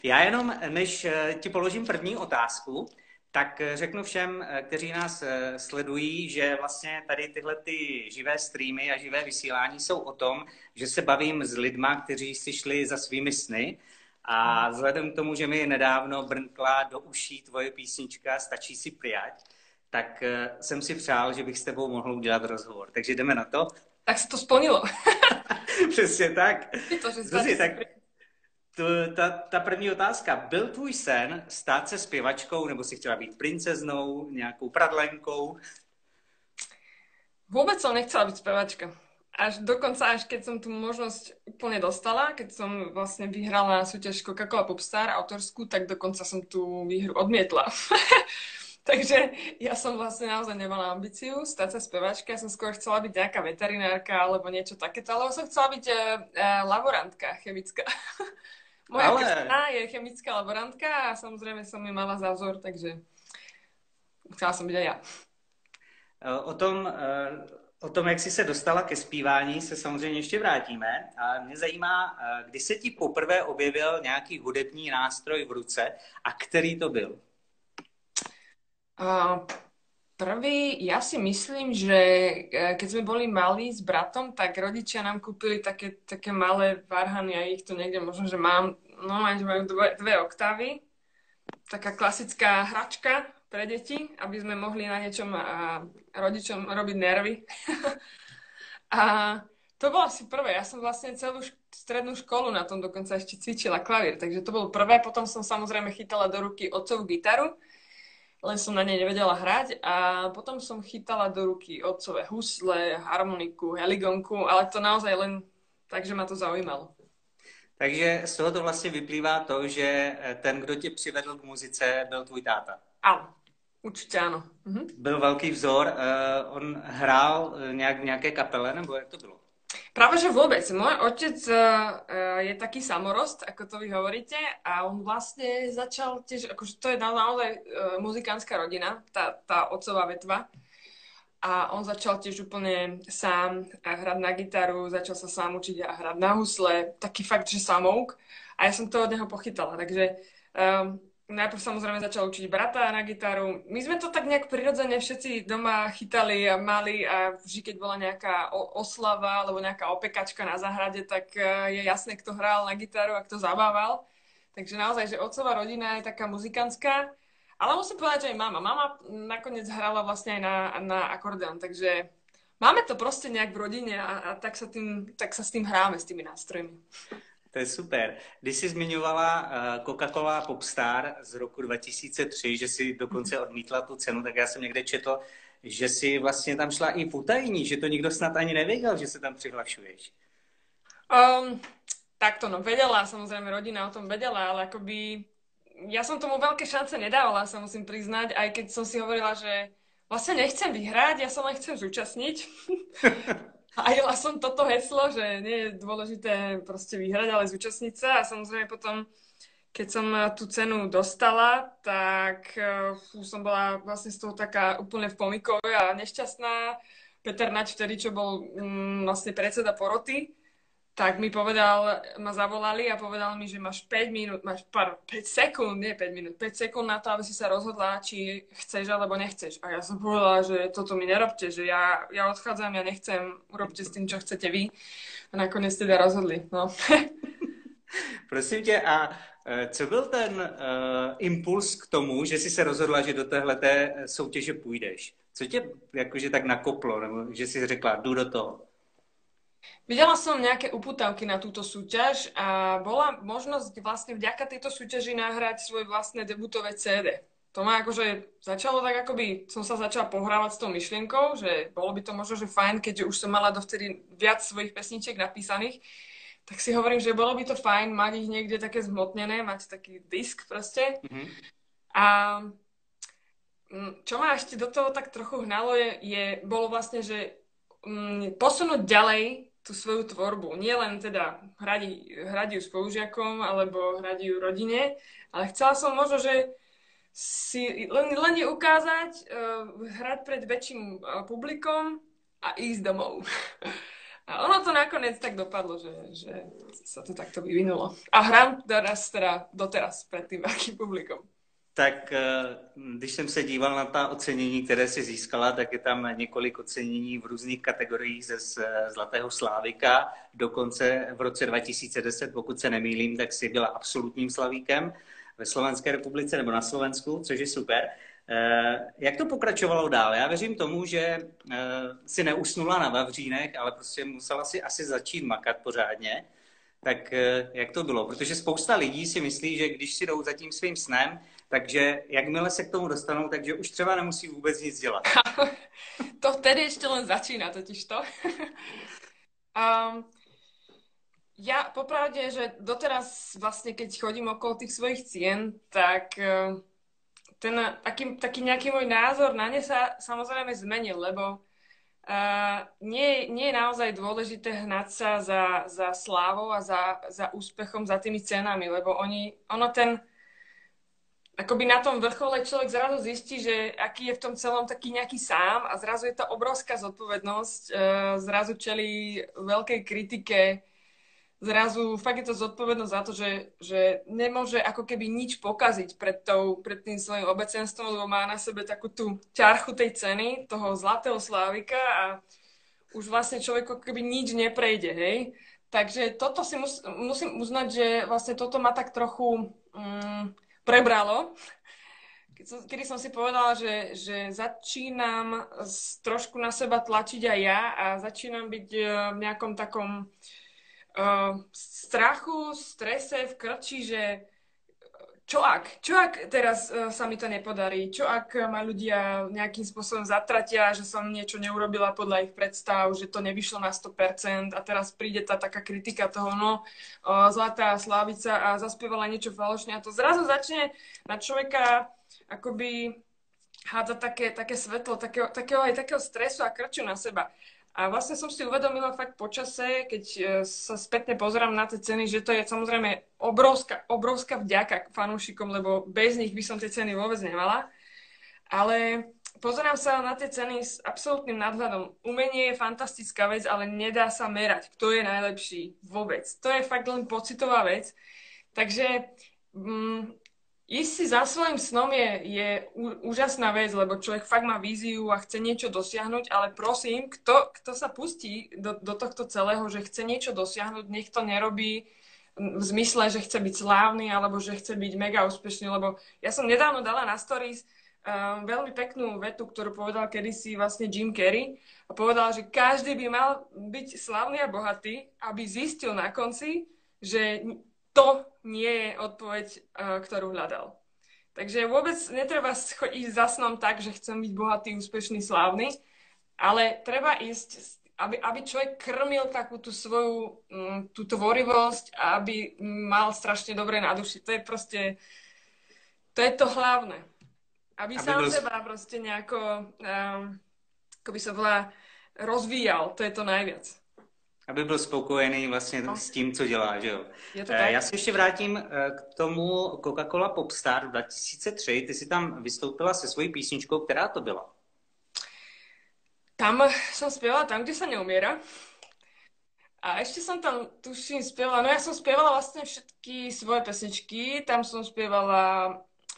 Já jenom, než ti položím první otázku, tak řeknu všem, kteří nás sledují, že vlastně tady tyhle ty živé streamy a živé vysílání jsou o tom, že se bavím s lidma, kteří si šli za svými sny a vzhledem k tomu, že mi nedávno brnkla do uší tvoje písnička Stačí si prijať, tak jsem si přál, že bych s tebou mohl udělat rozhovor. Takže jdeme na to. Tak se to splnilo. Přesně tak. Je to, že Zuzi, tak ta první otázka. Byl tvůj sen stát se zpěvačkou, nebo si chtěla být princeznou, nějakou pradlenkou? Vôbec som nechcela byť spevačka. Až keď som tú možnosť úplne dostala, keď som vlastne vyhrala súťaž Coca-Cola Popstar autorskú, tak dokonca som tú výhru odmietla. Takže ja som vlastne naozaj nemala ambíciu stať sa spevačka. Ja som skôr chcela byť nejaká veterinárka alebo niečo takéto, alebo som chcela byť laborantka chemická. Moja krstná je chemická laborantka a samozrejme som ju mala za vzor, takže chcela som byť aj ja. O tom, jak jsi se dostala ke zpívání, se samozřejmě ještě vrátíme. A mě zajímá, kdy se ti poprvé objevil nějaký hudební nástroj v ruce a který to byl? Prvý, ja si myslím, že keď sme boli malí s bratom, tak rodičia nám kúpili také malé varhany, ja ich tu niekde možno, že mám, no že majú dve oktávy. Taká klasická hračka pre deti, aby sme mohli na niečom rodičom robiť nervy. A to bolo asi prvé. Ja som vlastne celú strednú školu na tom dokonca ešte cvičila klavír, takže to bolo prvé. Potom som samozrejme chytala do ruky otcovú gitaru, len som na nej nevedela hrať a potom som chytala do ruky otcové husle, harmoniku, heligonku, ale to naozaj len tak, že ma to zaujímalo. Takže z tohoto vlastně vyplývá to, že ten, kdo tě přivedl k muzice, byl tvůj táta. Áno, určitě áno. Byl velký vzor. On hrál nějak v nějaké kapele, nebo jak to bylo? Práve, že vôbec. Môj otec je taký samorost, ako to vy hovoríte, a on vlastne začal tiež, akože to je naozaj muzikánska rodina, tá otcová vetva. A on začal tiež úplne sám hrať na gitaru, začal sa sám učiť a hrať na husle, taký fakt, že samouk. A ja som to od neho pochytala, takže najprv samozrejme začal učiť brata na gitaru. My sme to tak nejak prirodzene všetci doma chytali a mali a vždy, keď bola nejaká oslava alebo nejaká opekačka na záhrade, tak je jasné, kto hral na gitaru a kto zabával. Takže naozaj, že otcová rodina je taká muzikantská. Ale musím povedať, že aj mama. Mama nakoniec hrala vlastne aj na akordeon, takže máme to proste nejak v rodine a tak sa s tým hráme, s tými nástrojmi. To je super. Když jsi zmiňovala Coca-Cola Popstar z roku 2003, že si dokonce odmítla tu cenu, tak já jsem někde četl, že si vlastně tam šla i v utajení, že to nikdo snad ani nevěděl, že se tam přihlašuješ. Takto, no vedela, samozrejme rodina o tom vedela, ale akoby ja som tomu veľké šance nedávala, sa musím priznať, aj keď som si hovorila, že vlastne nechcem vyhrať, ja sa len chcem zúčastniť. A jela som toto heslo, že nie je dôležité proste vyhrať, ale zúčastniť sa. A samozrejme potom, keď som tú cenu dostala, tak som bola vlastne z toho taká úplne v pomykove a nešťastná. Peter Naď vtedy, čo bol vlastne predseda poroty, tak mi ma zavolali a povedal mi, že máš 5 sekúnd, nie 5 minút, 5 sekúnd na to, aby si sa rozhodla, či chceš alebo nechceš. A ja som povedala, že toto mi nerobte, že ja odchádzam, ja nechcem, urobte s tým, čo chcete vy. A nakoniec teda rozhodli, no. Prosím tě, a co byl ten impuls k tomu, že jsi se rozhodla, že do téhleté soutěže půjdeš? Co tě jakože tak nakoplo, nebo že jsi řekla, jdu do toho? Videla som nejaké uputavky na túto súťaž a bola možnosť vlastne vďaka tejto súťaži nahrať svoje vlastné debutové CD. To ma akože začalo tak, akoby som sa začala pohrávať s tou myšlienkou, že bolo by to možno, že fajn, keďže už som mala dovtedy viac svojich pesničiek napísaných, tak si hovorím, že bolo by to fajn mať ich niekde také zhmotnené, mať taký disk proste. Mm-hmm. A čo ma ešte do toho tak trochu hnalo bolo vlastne, že posunúť ďalej tú svoju tvorbu. Nie len teda hrať ju spolužiakom alebo hrať ju rodine, ale chcela som možno, že si len ju ukázať, hrať pred väčším publikom a ísť domov. A ono to nakoniec tak dopadlo, že sa to takto vyvinulo. A hrám teda doteraz pred tým akým publikom. Tak když jsem se díval na ta ocenění, které si získala, tak je tam několik ocenění v různých kategoriích ze Zlatého Slávika. Dokonce v roce 2010, pokud se nemýlím, tak si byla absolutním slavíkem ve Slovenské republice nebo na Slovensku, což je super. Jak to pokračovalo dál? Já věřím tomu, že si neusnula na vavřínech, ale prostě musela si asi začít makat pořádně. Tak jak to bylo? Protože spousta lidí si myslí, že když si jdou za tím svým snem, takže jakmile se k tomu dostanou, takže už třeba nemusí vůbec nic dělat. To vtedy ešte len začína totiž to. Ja popravde, že doteraz vlastne, keď chodím okolo tých svojich cien, tak ten taký nejaký môj názor na ne sa samozrejme zmenil, lebo nie je naozaj dôležité hnať sa za slávou a za úspechom, za tými cenami, lebo akoby na tom vrchole človek zrazu zistí, že aký je v tom celom taký nejaký sám a zrazu je to obrovská zodpovednosť, zrazu čelí veľkej kritike, zrazu fakt je to zodpovednosť za to, že nemôže ako keby nič pokaziť pred tým svojím obecenstvom, lebo má na sebe takú tú ťarchu tej ceny, toho Zlatého Slávika a už vlastne človek ako keby nič neprejde, hej. Takže toto si musím uznať, že vlastne toto ma tak trochu prebralo, kedy som si povedala, že začínam trošku na seba tlačiť aj ja a začínam byť v nejakom takom strachu, strese, v krči, že čo ak teraz sa mi to nepodarí, čo ak ma ľudia nejakým spôsobom zatratia, že som niečo neurobila podľa ich predstav, že to nevyšlo na 100% a teraz príde tá taká kritika toho, Zlatá Slávica a zaspievala niečo falošne a to zrazu začne na človeka akoby hádzať také svetlo, takého stresu a krču na seba. A vlastne som si uvedomila fakt počase, keď sa spätne pozerám na tie ceny, že to je samozrejme obrovská vďaka fanúšikom, lebo bez nich by som tie ceny vôbec nemala. Ale pozerám sa na tie ceny s absolútnym nadhľadom. Umenie je fantastická vec, ale nedá sa merať, kto je najlepší vôbec. To je fakt len pocitová vec. Takže ísť si za svojím snom je úžasná vec, lebo človek fakt má víziu a chce niečo dosiahnuť, ale prosím, kto sa pustí do tohto celého, že chce niečo dosiahnuť, nech to nerobí v zmysle, že chce byť slávny alebo že chce byť mega úspešný, lebo ja som nedávno dala na stories veľmi peknú vetu, ktorú povedal kedysi vlastne Jim Carrey a povedal, že každý by mal byť slávny a bohatý, aby zistil na konci, že to nie je odpoveď, ktorú hľadal. Takže vôbec netreba ísť za snom tak, že chcem byť bohatý, úspešný, slávny, ale treba ísť, aby človek krmil takú tú svoju tú tvorivosť a aby mal strašne dobre na duši. To je proste, to je to hlavné. Aby sám seba proste nejako, ako by sa volá, rozvíjal. To je to najviac. Aby byl spokojený vlastně s tím, co dělá, že jo? Já se ještě vrátím k tomu Coca-Cola Popstar 2003. Ty si tam vystoupila se svojí písničkou, která to byla? Tam som spievala Tam, kde sa neumiera. A ešte som tam, tuším, spievala, ja som spievala vlastne všetky svoje pesničky. Tam som spievala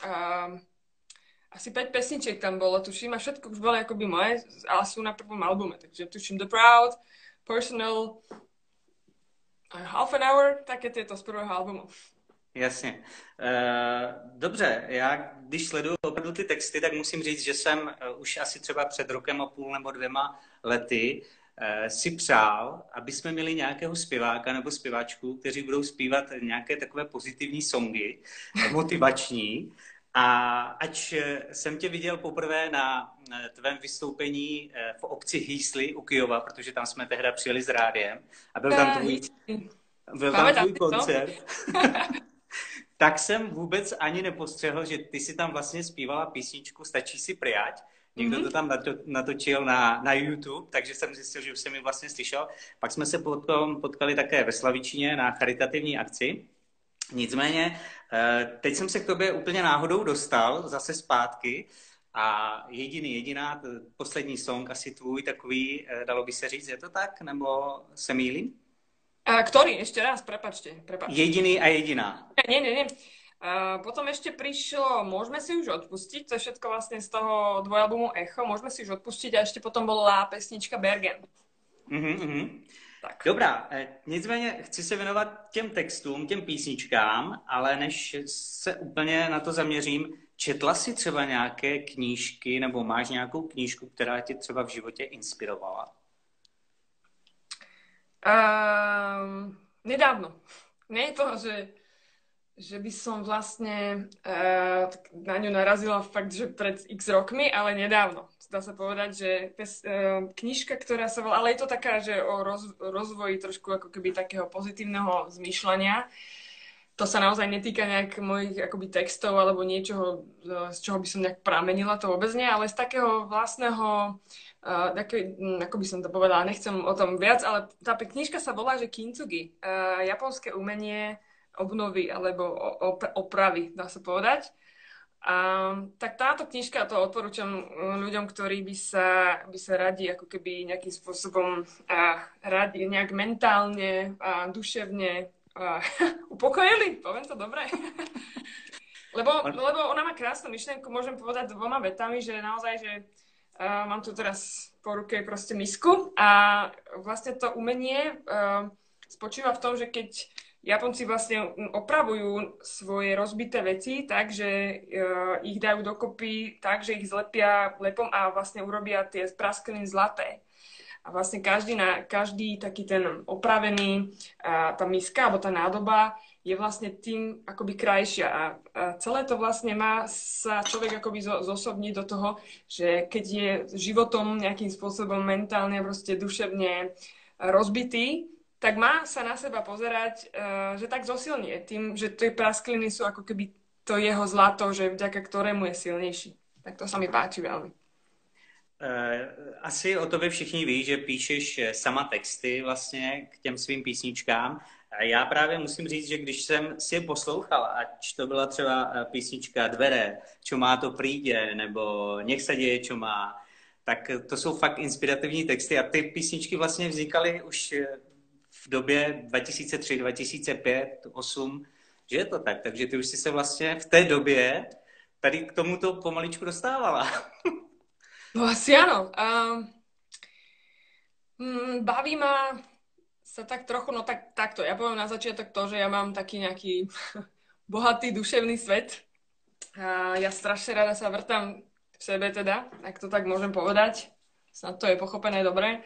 asi 5 pesničiek tam bolo, tuším, a všetko už boli akoby moje, ale sú na prvom albume. Takže tuším The Proud, Personal, Half an Hour, také tieto z prvého albumu. Jasně. Dobře, já když sleduju opravdu ty texty, tak musím říct, že jsem už asi třeba před rokem a půl nebo 2 lety si přál, aby jsme měli nějakého zpěváka nebo zpěvačku, kteří budou zpívat nějaké takové pozitivní songy, motivační. A ač jsem tě viděl poprvé na tvém vystoupení v obci Hýsly u Kyjova, protože tam jsme tehda přijeli s rádiem a byl tam tvůj koncert, tak jsem vůbec ani nepostřehl, že ty si tam vlastně zpívala písničku Stačí si priať. Někdo to tam natočil na YouTube, takže jsem zjistil, že už jsem ji vlastně slyšel. Pak jsme se potom potkali také ve Slavičíně na charitativní akci. Nicméně, teď jsem se k tobě úplně náhodou dostal zase zpátky A jediná, poslední song, asi tvůj, takový, dalo by se říct, je to tak? Nebo se mýlím? A ktorý? Ešte raz, prepač. Jediný a jediná. Nie. Potom ešte prišlo Môžeme si už odpustiť, to je všetko vlastne z toho dvojalbumu Echo, Môžeme si už odpustiť a ešte potom bola pesnička Bergen. Tak. Dobrá, nicméně chci se věnovat těm textům, těm písničkám, ale než se úplně na to zaměřím, četla jsi třeba nějaké knížky nebo máš nějakou knížku, která tě třeba v životě inspirovala? Nedávno. Nie je toho, že by som vlastne na ňu narazila fakt, že pred x rokmi, ale nedávno. Dá sa povedať, že knižka, ktorá sa volá, ale je to taká, že o rozvoji trošku ako keby takého pozitívneho zmýšľania. To sa naozaj netýka nejak mojich akoby textov alebo niečoho, z čoho by som nejak pramenila, to vôbec nie, ale z takého vlastného, ako by som to povedala, nechcem o tom viac, ale tá knižka sa volá, že Kintsugi, japonské umenie obnovy alebo opravy, dá sa povedať. Tak táto knižka, to odporúčam ľuďom, ktorí by sa radi ako keby nejakým spôsobom radi nejak mentálne a duševne upokojili, poviem to dobre. lebo ona má krásnu myšlienku, môžem povedať dvoma vetami, že naozaj, že mám tu teraz po ruke proste misku a vlastne to umenie spočíva v tom, že keď Japonci vlastne opravujú svoje rozbité veci tak, že ich dajú dokopy tak, že ich zlepia lepom a vlastne urobia tie praskliny zlaté. A vlastne každý taký ten opravený, tá miska alebo tá nádoba je vlastne tým akoby krajšia. A celé to vlastne má sa človek akoby zosobniť do toho, že keď je životom nejakým spôsobom mentálne, proste duševne rozbitý, tak má sa na seba pozerať, že tak zosilnie tým, že tie praskliny sú ako keby to jeho zlato, že vďaka ktorému je silnejší. Tak to sa mi páči veľmi. Asi o tobě všichni ví, že píšeš sama texty vlastně k těm svým písničkám. Já právě musím říct, že když jsem si je poslouchal, ať to byla třeba písnička Dvere, čo má to príde, nebo Nech se děje, čo má, tak to jsou fakt inspirativní texty a ty písničky vlastně vznikaly už v době 2003, 2005, 2008, že je to tak. Takže ty už si se vlastně v té době tady k tomuto pomaličku dostávala. No asi áno. Baví ma sa tak trochu, no takto. Ja poviem na začiatok to, že ja mám taký nejaký bohatý duševný svet. Ja strašne rada sa vrtám v sebe teda, ak to tak môžem povedať. Snad to je pochopené dobre.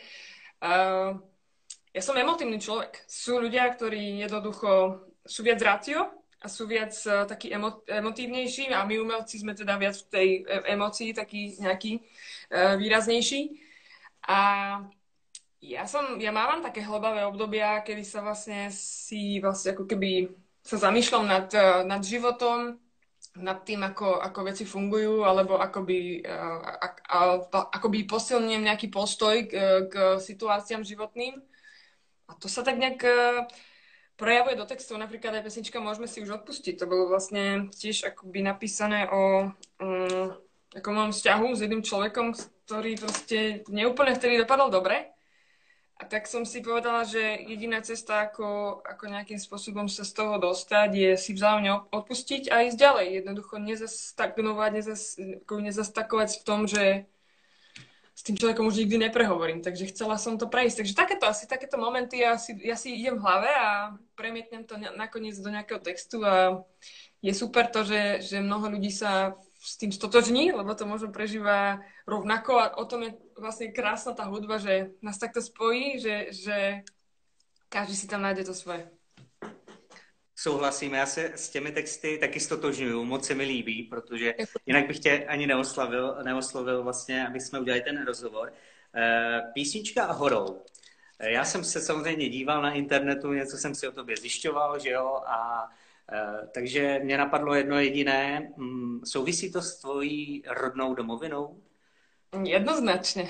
Ja som emotívny človek. Sú ľudia, ktorí jednoducho sú viac ratio a sú viac takí emotívnejší a my umelci sme teda viac v tej emócii taký nejaký výraznejší. A ja mávam také hlbavé obdobia, kedy sa vlastne ako keby sa zamýšľam nad životom, nad tým, ako veci fungujú, alebo akoby posilňujem nejaký postoj k situáciám životným. A to sa tak nejak prejavuje do textov, napríklad aj pesnička Môžeme si už odpustiť. To bolo vlastne tiež akoby napísané o ako mám vzťahu s jedným človekom, ktorý proste neúplne vtedy dopadol dobre. A tak som si povedala, že jediná cesta, ako nejakým spôsobom sa z toho dostať, je si vzájomne odpustiť a ísť ďalej. Jednoducho nezastagnovať, nezastakovať v tom, že s tým človekom už nikdy neprehovorím. Takže chcela som to prejsť. Takže takéto momenty ja si idem v hlave a premietnem to nakoniec do nejakého textu a je super to, že mnoho ľudí sa s tým stotožní, lebo to možno prežíva rovnako a o tom je vlastne krásna tá hudba, že nás takto spojí, že každý si tam nájde to svoje. Souhlasím, já se s těmi texty taky stotožňuju, moc se mi líbí, protože jinak bych tě ani neoslovil vlastně, aby jsme udělali ten rozhovor. Písnička Horou. Já jsem se samozřejmě díval na internetu, něco jsem si o tobě zjišťoval, že jo, a takže mě napadlo jedno jediné. Souvisí to s tvojí rodnou domovinou? Jednoznačne.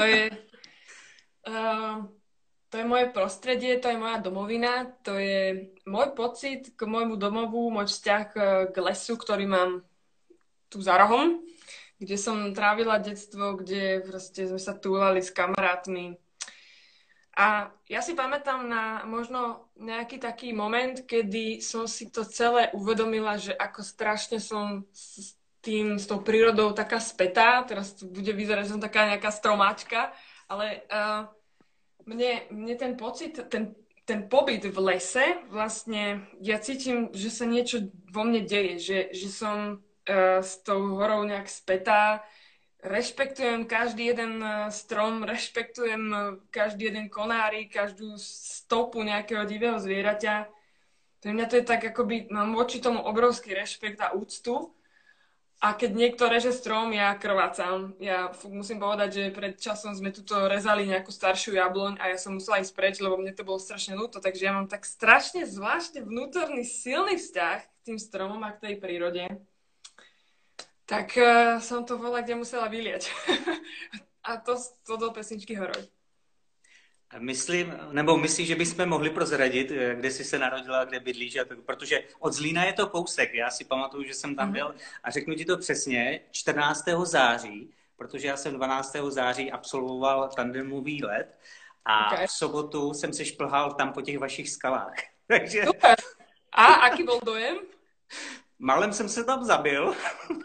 To je moje prostredie, to je moja domovina, to je môj pocit k môjmu domovu, môj vzťah k lesu, ktorý mám tu za rohom, kde som trávila detstvo, kde proste sme sa túlali s kamarátmi. A ja si pamätám na možno nejaký taký moment, kedy som si to celé uvedomila, že ako strašne som s tou prírodou taká spätá. Teraz to bude vyzerať, že som taká nejaká stromáčka, ale mne ten pocit, ten pobyt v lese, vlastne ja cítim, že sa niečo vo mne deje, že som s tou horou nejak spätá. Rešpektujem každý jeden strom, rešpektujem každý jeden konárik, každú stopu nejakého divého zvieraťa. Pre mňa to je tak, akoby mám voči tomu obrovský rešpekt a úctu. A keď niekto reže strom, ja krvácam. Ja musím povedať, že pred časom sme tuto rezali nejakú staršiu jabloň a ja som musela ísť preč, lebo mne to bolo strašne ľúto. Takže ja mám tak strašne zvláštne vnútorný silný vzťah k tým stromom a k tej prírode. Tak som to bola, kde musela vyliať. A to do pesničky Horoj. Myslíš, že bychom mohli prozradit, kde jsi se narodila, kde bydlíš, protože od Zlína je to kousek. Já si pamatuju, že jsem tam byl a řeknu ti to přesně, 14. září, protože já jsem 12. září absolvoval tandemový let a v sobotu jsem se šplhal tam po těch vašich skalách. Takže... Super. A aký bol dojem? Malem jsem se tam zabil,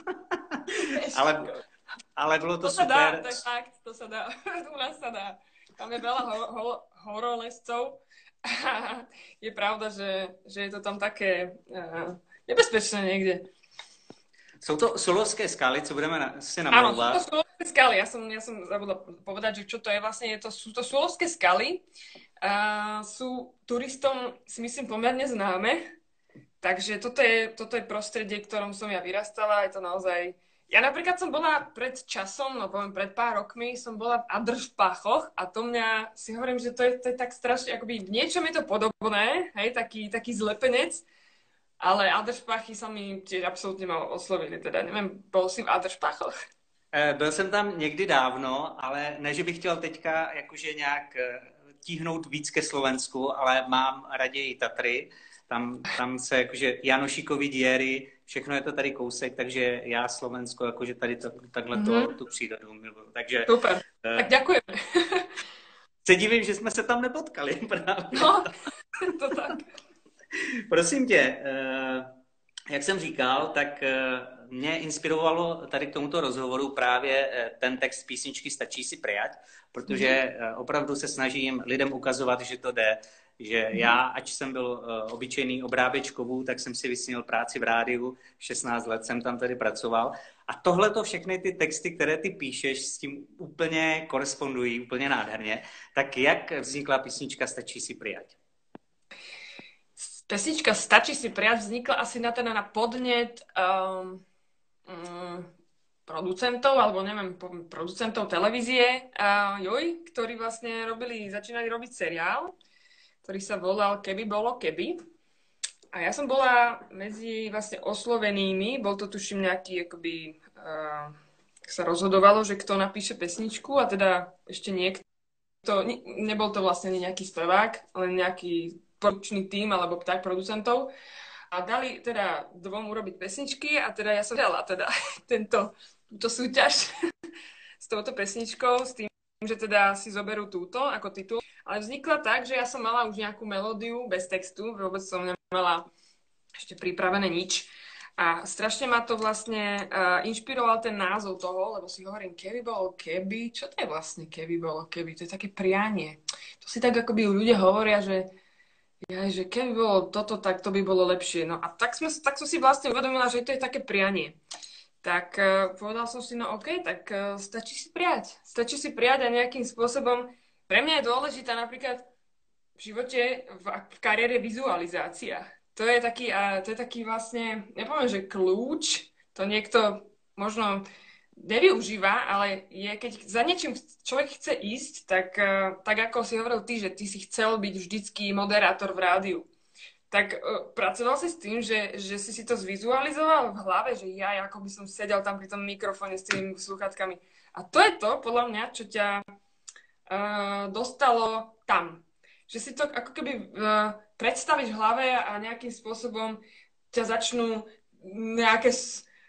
ale bylo to super. Dá, to je fakt, to sa dá. U nás sa dá. Tam je veľa horolezcov. Je pravda, že je to tam také nebezpečné niekde. Sú to Sulovské skaly, co budeme si namlouvat? Áno, sú to Sulovské skaly. Ja som zabudla povedať, že čo to je vlastne. Sú to Sulovské skaly. Sú turistom, si myslím, pomerne známe. Takže toto je prostredie, v ktorom som ja vyrastala. Je to naozaj... Ja napríklad som bola pred časom, no poviem pred pár rokmi, som bola v Adršpáchoch a to mňa, si hovorím, že to je tak strašne, akoby v niečom je to podobné, hej, taký zlepenec, ale Adršpáchy sa mi tiež absolútne malo oslovili, teda neviem, bol si v Adršpáchoch? Byl jsem tam někdy dávno, ale ne, že bych chtěl teďka jakože nějak tíhnout víc ke Slovensku, ale mám raději Tatry. Tam se jakože Janošíkovi diery, všechno je to tady kousek, takže já Slovensko, jakože tady takhle tu přírodu miluju. Takže, super, tak ďakujeme. Se divím, že jsme se tam nepotkali právě. No, to tak. Prosím tě, jak jsem říkal, tak mě inspirovalo tady k tomuto rozhovoru právě ten text písničky Stačí si prijať, protože opravdu se snažím lidem ukazovat, že to jde, že já, ač jsem byl obyčejný obráběč kovů, tak jsem si vysnil práci v rádiu, 16 let jsem tam tady pracoval. A tohle to všechny ty texty, které ty píšeš, s tím úplně korespondují, úplně nádherně. Tak jak vznikla písnička Stačí si prijať? Pesnička Stačí si prijať vznikla asi na podnet producentov, alebo neviem, producentov televízie, ktorí vlastne začínali robiť seriál, ktorý sa volal Keby bolo keby. A ja som bola medzi vlastne oslovenými, bol to tuším nejaký, akoby, sa rozhodovalo, že kto napíše pesničku a teda ešte niekto, nebol to vlastne nejaký spevák, ale nejaký produkčný tím alebo tak producentov. A dali teda dvom urobiť pesničky a teda ja som dala teda túto súťaž s touto pesničkou, s tým, že teda si zoberú túto ako titul. Ale vznikla tak, že ja som mala už nejakú melódiu bez textu, vôbec som nemala ešte pripravené nič. A strašne ma to vlastne inšpiroval ten názov toho, lebo si hovorím, keby bolo keby, čo to je vlastne keby bolo keby? To je také prianie. To si tak akoby ľudia hovoria, že keby bolo toto, tak to by bolo lepšie. No a tak som si vlastne uvedomila, že to je také prianie. Tak povedal som si, no OK, tak stačí si prijať. Stačí si prijať a nejakým spôsobom. Pre mňa je dôležitá napríklad v živote, v kariére vizualizácia. To je taký vlastne, nepoviem, že kľúč, to niekto možno nevyužíva, ale keď za niečím človek chce ísť, tak ako si hovoril ty, že ty si chcel byť vždycky moderátor v rádiu. Tak pracoval si s tým, že si to zvizualizoval v hlave, že ja ako by som sedel tam pri tom mikrofóne s tými sluchátkami. A to je to, podľa mňa, čo ťa dostalo tam. Že si to ako keby predstavíš v hlave a nejakým spôsobom ťa začnú nejaké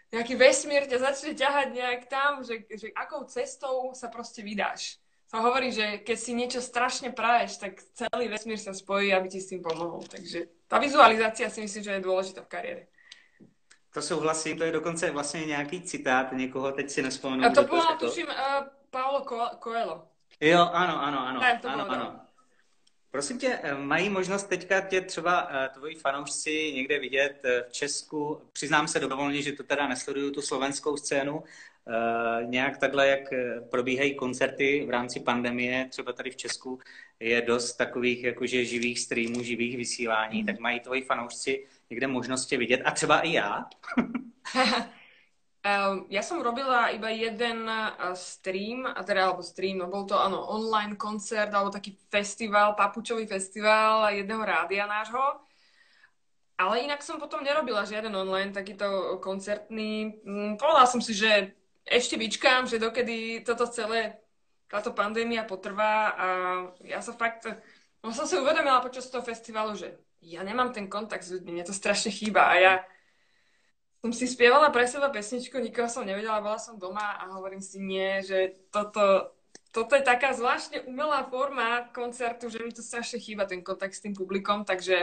nejaký vesmír ťa začne ťahať nejak tam, že akou cestou sa proste vydáš. Sa hovorí, že keď si niečo strašne praješ, tak celý vesmír sa spojí, aby ti s tým pomohol. Takže tá vizualizácia si myslím, že je dôležitá v kariére. To souhlasím, to je dokonce vlastně nějaký citát někoho, teď si nespomenu, A to kdo to bolo, řekl. tuším, Paulo Coelho. Jo, ano, Ne, to ano, bylo, ano. Prosím tě, mají možnost teďka tě třeba tvoji fanoušci někde vidět v Česku? Přiznám se dobrovolně, že to teda nesleduju tu slovenskou scénu. Nějak takhle, jak probíhají koncerty v rámci pandemie, třeba tady v Česku je dost takových jakože živých streamů, živých vysílání, tak mají tvoji fanoušci někde možnosti vidět a třeba i já? Ja som robila iba jeden stream, alebo stream, no bol to áno, online koncert, alebo taký festival, papučový festival jedného rádia nášho. Ale inak som potom nerobila žiaden online takýto koncertný. Povedala som si, že ešte vyčkám, že dokedy toto celé, táto pandémia potrvá a ja sa fakt, no som si uvedomila počas toho festivalu, že ja nemám ten kontakt s ľuďmi, mne to strašne chýba a ja som si spievala pre seba pesničku, nikoho som nevedela, bola som doma a hovorím si nie, že toto je taká zvláštne umelá forma koncertu, že mi to strašne chýba, ten kontakt s tým publikom, takže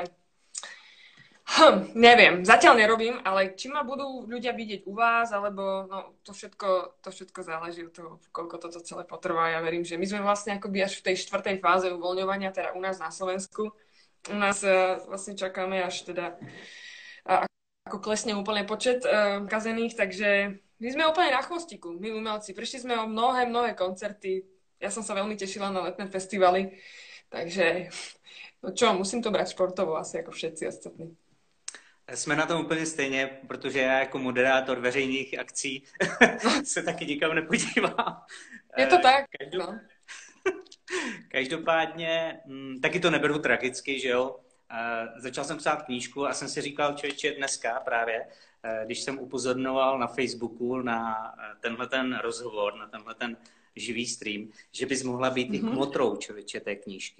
neviem, zatiaľ nerobím, ale či ma budú ľudia vidieť u vás, alebo no, to všetko záleží od toho, koľko toto celé potrvá. Ja verím, že my sme vlastne akoby až v tej 4. fáze uvoľňovania, teda u nás na Slovensku. U nás vlastne čakáme až teda ako klesne úplne počet kazených, takže my sme úplne na chvostiku, my umelci. Prišli sme o mnohé koncerty. Ja som sa veľmi tešila na letné festivaly, takže no čo, musím to brať športovo asi ako všetci ostatní. Jsme na tom úplně stejně, protože já jako moderátor veřejných akcí se taky nikam nepodívám. Je to tak, no. Každopádně, taky to neberu tragicky, že jo. Začal jsem psát knížku a jsem si říkal, člověče, dneska právě, když jsem upozorňoval na Facebooku na tenhle ten rozhovor, na tenhle ten živý stream, že bys mohla být i kmotrou, člověče, té knížky.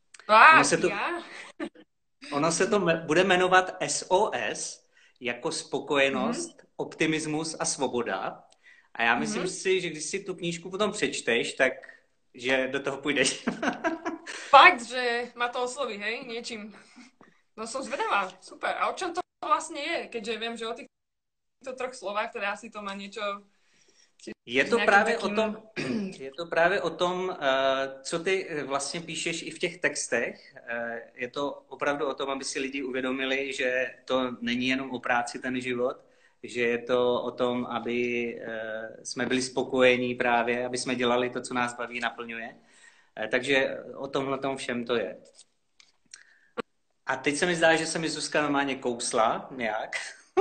Ono se to bude jmenovat SOS, jako spokojenost, optimismus a svoboda. A já myslím si, že když si tu knížku potom přečteš, tak že do toho půjdeš. Fakt, že ma to osloví, hej, niečím. No som zvedavá, super. A o čom to vlastne je? Keďže viem, že o týchto 3 slovách, teda asi to má niečo... Je to právě o tom, co ty vlastně píšeš i v těch textech. Je to opravdu o tom, aby si lidi uvědomili, že to není jenom o práci ten život, že je to o tom, aby jsme byli spokojení právě, aby jsme dělali to, co nás baví, naplňuje. Takže o tomhle tom všem to je. A teď se mi zdá, že se mi Zuzka normálně kousla nějak.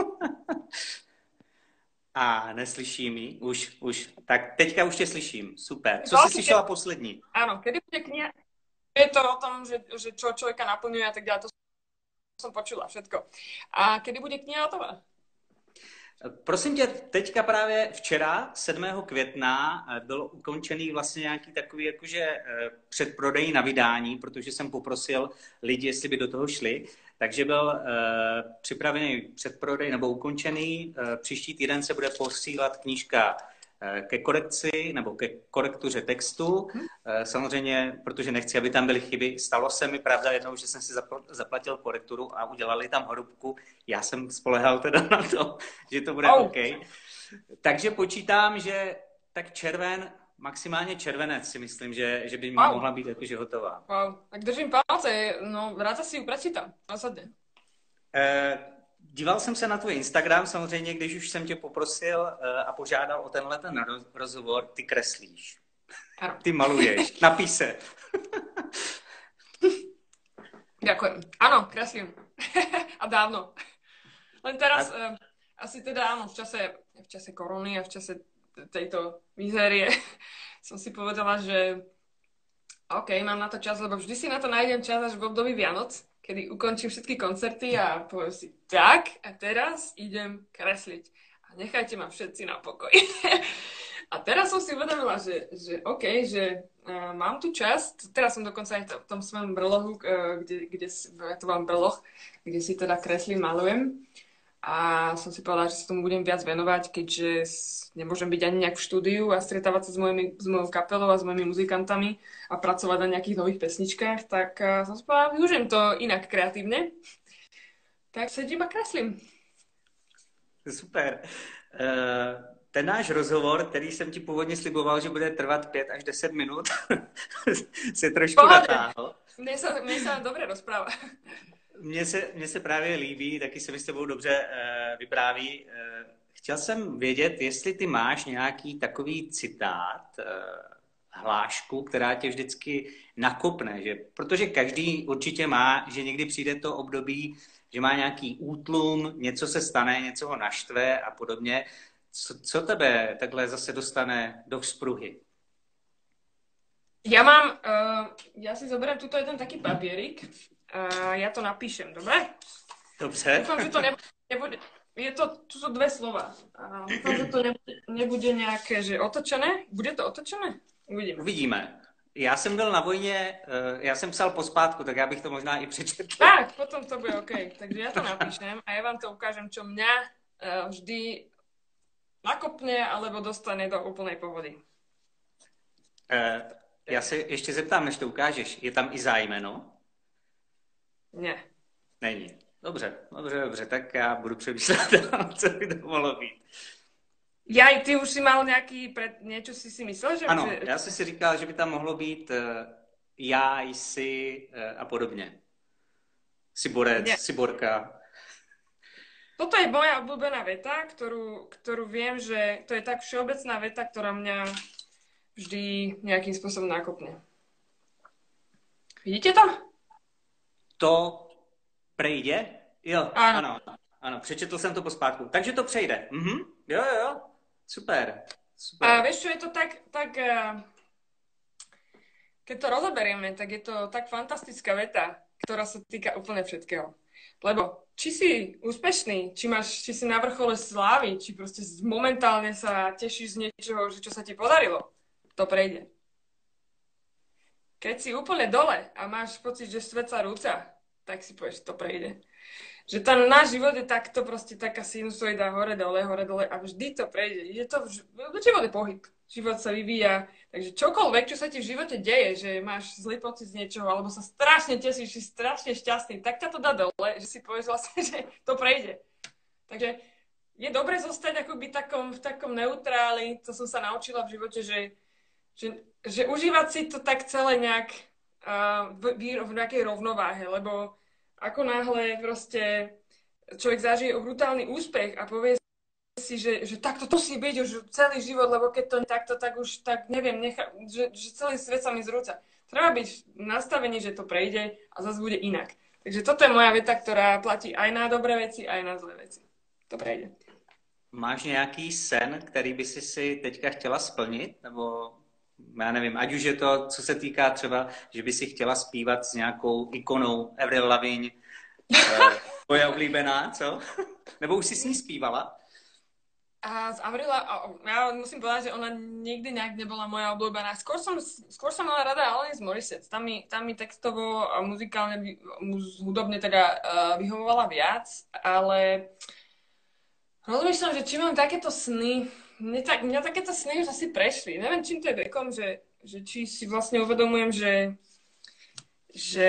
A neslyší mi? Už. Tak teďka už tě slyším. Super. Co jsi slyšela poslední? Áno, kedy bude kniha? Je to o tom, že čo človeka naplňuje a tak ďalej. To som počula všetko. A kedy bude kniha hotová? Prosím tě, teďka právě včera, 7. května, byl ukončený vlastně nějaký takový jakože předprodej na vydání, protože jsem poprosil lidi, jestli by do toho šli. Takže byl připravený předprodej nebo ukončený. Příští týden se bude posílat knížka ke korekci nebo ke korektuře textu. Samozřejmě, protože nechci, aby tam byly chyby. Stalo se mi, pravda, jednou, že jsem si zaplatil korekturu a udělali tam horubku. Já jsem spolehal teda na to, že to bude OK. Takže počítám, že tak červen, maximálně červenec si myslím, že by mohla být jakože hotová. Wow, tak držím palce, no rád si ju prečítam, zásadne. Díval jsem se na tvůj Instagram, samozřejmě, když už jsem tě poprosil a požádal o tenhle ten rozhovor, ty kreslíš. Ano. Ty maluješ, na píse. Ďakujem. Áno, kreslím. A dávno. Len teraz, asi teda áno, v čase korony a v čase tejto mizérie som si povedala, že OK, mám na to čas, lebo vždy si na to nájdem čas až v období Vianoc, kedy ukončím všetky koncerty a poviem si, tak a teraz idem kresliť. A nechajte ma všetci na pokoj. A teraz som si uvedomila, že OK, že mám tu čas. Teraz som dokonca aj v tom svojom brlohu, kde to mám brloh, kde si teda kreslím, malujem. a som si povedala, že sa tomu budem viac venovať, keďže nemôžem byť ani nejak v štúdiu a stretávať sa s mojou kapelou a s mojimi muzikantami a pracovať na nejakých nových pesničkách, tak som si povedala, využijem to inak kreatívne. Tak sedím a kreslím. Super. Ten náš rozhovor, který jsem ti původně sliboval, že bude trvat 5 až 10 minut, se trošku natáhl. Mne sa dobre rozpráva. Mně se právě líbí, taky se mi s tebou dobře vypráví. Chtěl jsem vědět, jestli ty máš nějaký takový citát, hlášku, která tě vždycky nakopne, že? Protože každý určitě má, že někdy přijde to období, že má nějaký útlum, něco se stane, něco ho naštve a podobně. Co tebe takhle zase dostane do vzpruhy? Ja si zoberiem tuto jeden taký papierik a ja to napíšem, dobre? Dobře. Dúfam, že to nebude... Tu sú dve slova. Dúfam, že to nebude nejaké, že otočené. Bude to otočené? Uvidíme. Já jsem byl na vojně, já jsem psal pospátku, tak já bych to možná i přečetl. Tak, potom to bude OK. Takže ja to napíšem a ja vám to ukážem, čo mňa vždy nakopne alebo dostane do úplnej pohody. Já se ještě zeptám, než to ukážeš. Je tam i zájmeno? Ne. Není. Dobře, tak já budu přemýšlet, co by to mohlo být. Ty už si mal niečo si myslel? Že... Ano, já jsem si říkal, že by tam mohlo být já, jsi a podobně. Siborec, Siborka. Toto je moja obľúbená veta, ktorú viem, že to je tak všeobecná veta, ktorá mňa vždy nejakým spôsobom nakopne. Vidíte to? To prejde? Jo, ano, přečetl jsem to pospátku. Takže to přejde. Jo, super. A vieš čo, je to tak keď to rozoberieme, tak je to tak fantastická veta, ktorá sa týka úplne všetkého. Lebo či si úspešný, či si na vrchole slávy, či proste momentálne sa tešíš z niečoho, čo sa ti podarilo, to prejde. Keď si úplne dole a máš pocit, že svet sa rúca, tak si povieš, to prejde. Že ten náš život je takto proste taká sinusoida hore, dole a vždy to prejde. Život je pohyb. Život sa vyvíja. Takže čokoľvek, čo sa ti v živote deje, že máš zlý pocit z niečoho, alebo sa strašne tešíš, si strašne šťastný, tak ťa to dá dole, že si povieš vlastne, že to prejde. Takže je dobre zostať akoby v takom neutráli, to som sa naučila v živote, že užívať si to tak celé nejak v nejakej rovnováhe, lebo ako náhle proste človek zažije brutálny úspech a povie si, že takto to musí byť už celý život, lebo keď to takto, tak už tak neviem, že celý svet sa mi zrúca. Treba byť nastavený, že to prejde a zase bude inak. Takže toto je moja veta, ktorá platí aj na dobré veci, aj na zlé veci. To prejde. Máš nějaký sen, který by si teďka chtěla splnit? Nebo já nevím, ať už je to, co se týká třeba, že by si chtěla zpívat s nějakou ikonou Avril Lavigne, tvoje oblíbená, co? Nebo už si s ní zpívala? A z Avrila, ja musím povedať, že ona nikdy nejak nebola moja obľúbená. Skôr som mala rada Alanis Morissette. Tam mi textovo a muzikálne, hudobne teda vyhovovala viac, ale rozmýšľam, že či mám takéto sny. Mňa takéto sny už asi prešli. Neviem, čím to je vekom, že či si vlastne uvedomujem, že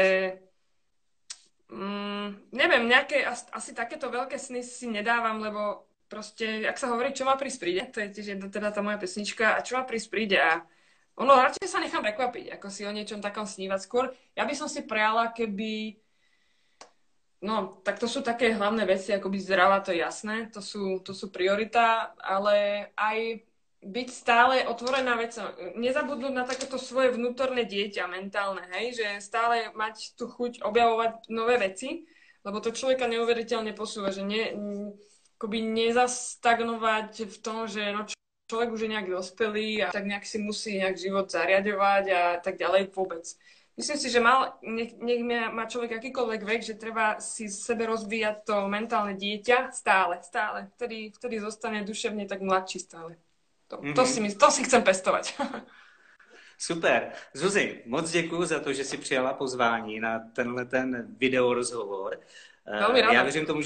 neviem, nejaké asi takéto veľké sny si nedávam, lebo proste, ak sa hovorí, čo má prísť príde, to je tiež teda tá moja pesnička, a čo má prísť príde a ono, radšej sa nechám prekvapiť, ako si o niečom takom snívať. Skôr, ja by som si prejala, keby tak to sú také hlavné veci, ako byť zdravá, to je jasné, to sú priorita, ale aj byť stále otvorená vecom, nezabudnúť na takéto svoje vnútorné dieťa, mentálne, hej, že stále mať tú chuť objavovať nové veci, lebo to človeka neuveriteľne posúva, že akoby nezastagnovať v tom, že človek už je nejak dospelý a tak nejak si musí nejak život zariadovať a tak ďalej vôbec. Myslím si, že nech má človek akýkoľvek vek, že treba si sebe rozvíjať to mentálne dieťa stále. Vtedy zostane duševne tak mladší stále. To si chcem pestovať. Super. Zuzi, moc děkuji za to, že jsi přijala pozvání na ten video rozhovor.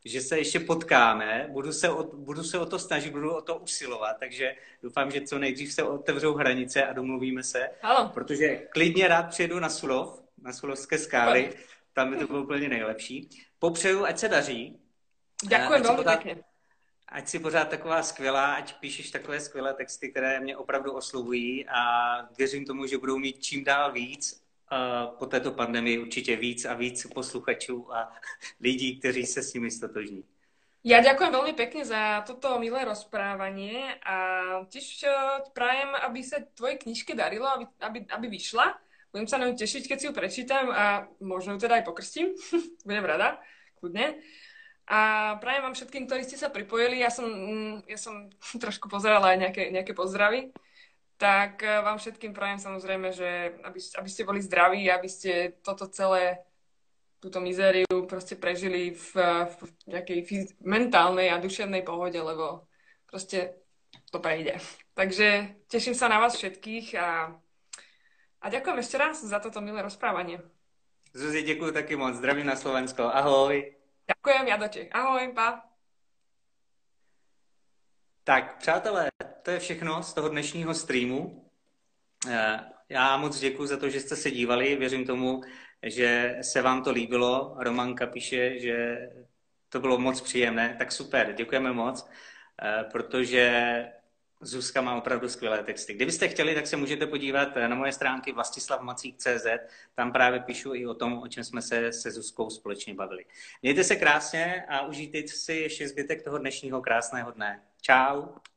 že se ještě potkáme, budu se o to snažit, budu o to usilovat, takže doufám, že co nejdřív se otevřou hranice a domluvíme se, Áno. protože klidně rád přijedu na Sulov, na Sulovské skály, tam by to bylo úplně nejlepší. Popřeju, ať se daří. Ďakujem veľmi pekne. Ať si pořád taková skvělá, ať píšeš takové skvělé texty, které mě opravdu oslovují a věřím tomu, že budou mít čím dál víc po této pandemii určitě víc a víc posluchačů a lidí, kteří se s nimi stotožní. Ja ďakujem veľmi pekne za toto milé rozprávanie a tiež prajem, aby sa tvojej knižke darilo, aby vyšla. Budem sa na ňu tešiť, keď si ju prečítam a možno ju teda aj pokrstím. Budem rada, kľudne. A prajem vám všetkým, ktorí ste sa pripojili. Ja som trošku pozerala aj nejaké pozdravy. Tak vám všetkým prajem samozrejme, že aby ste boli zdraví, aby ste toto celé, túto mizériu proste prežili v nejakej mentálnej a duševnej pohode, lebo proste to prejde. Takže teším sa na vás všetkých a ďakujem ešte raz za toto milé rozprávanie. Zuzi, děkuji taky moc. Zdravím na Slovensko. Ahoj. Ďakujem, ja do Čech. Ahoj, pa. Tak, přátelé, to je všechno z toho dnešního streamu. Já moc děkuji za to, že jste se dívali. Věřím tomu, že se vám to líbilo. Romanka píše, že to bylo moc příjemné. Tak super, děkujeme moc, protože Zuzka má opravdu skvělé texty. Kdybyste chtěli, tak se můžete podívat na moje stránky vlastislavmacík.cz. Tam právě píšu i o tom, o čem jsme se Zuzkou společně bavili. Mějte se krásně a užijte si ještě zbytek toho dnešního krásného dne. Čau.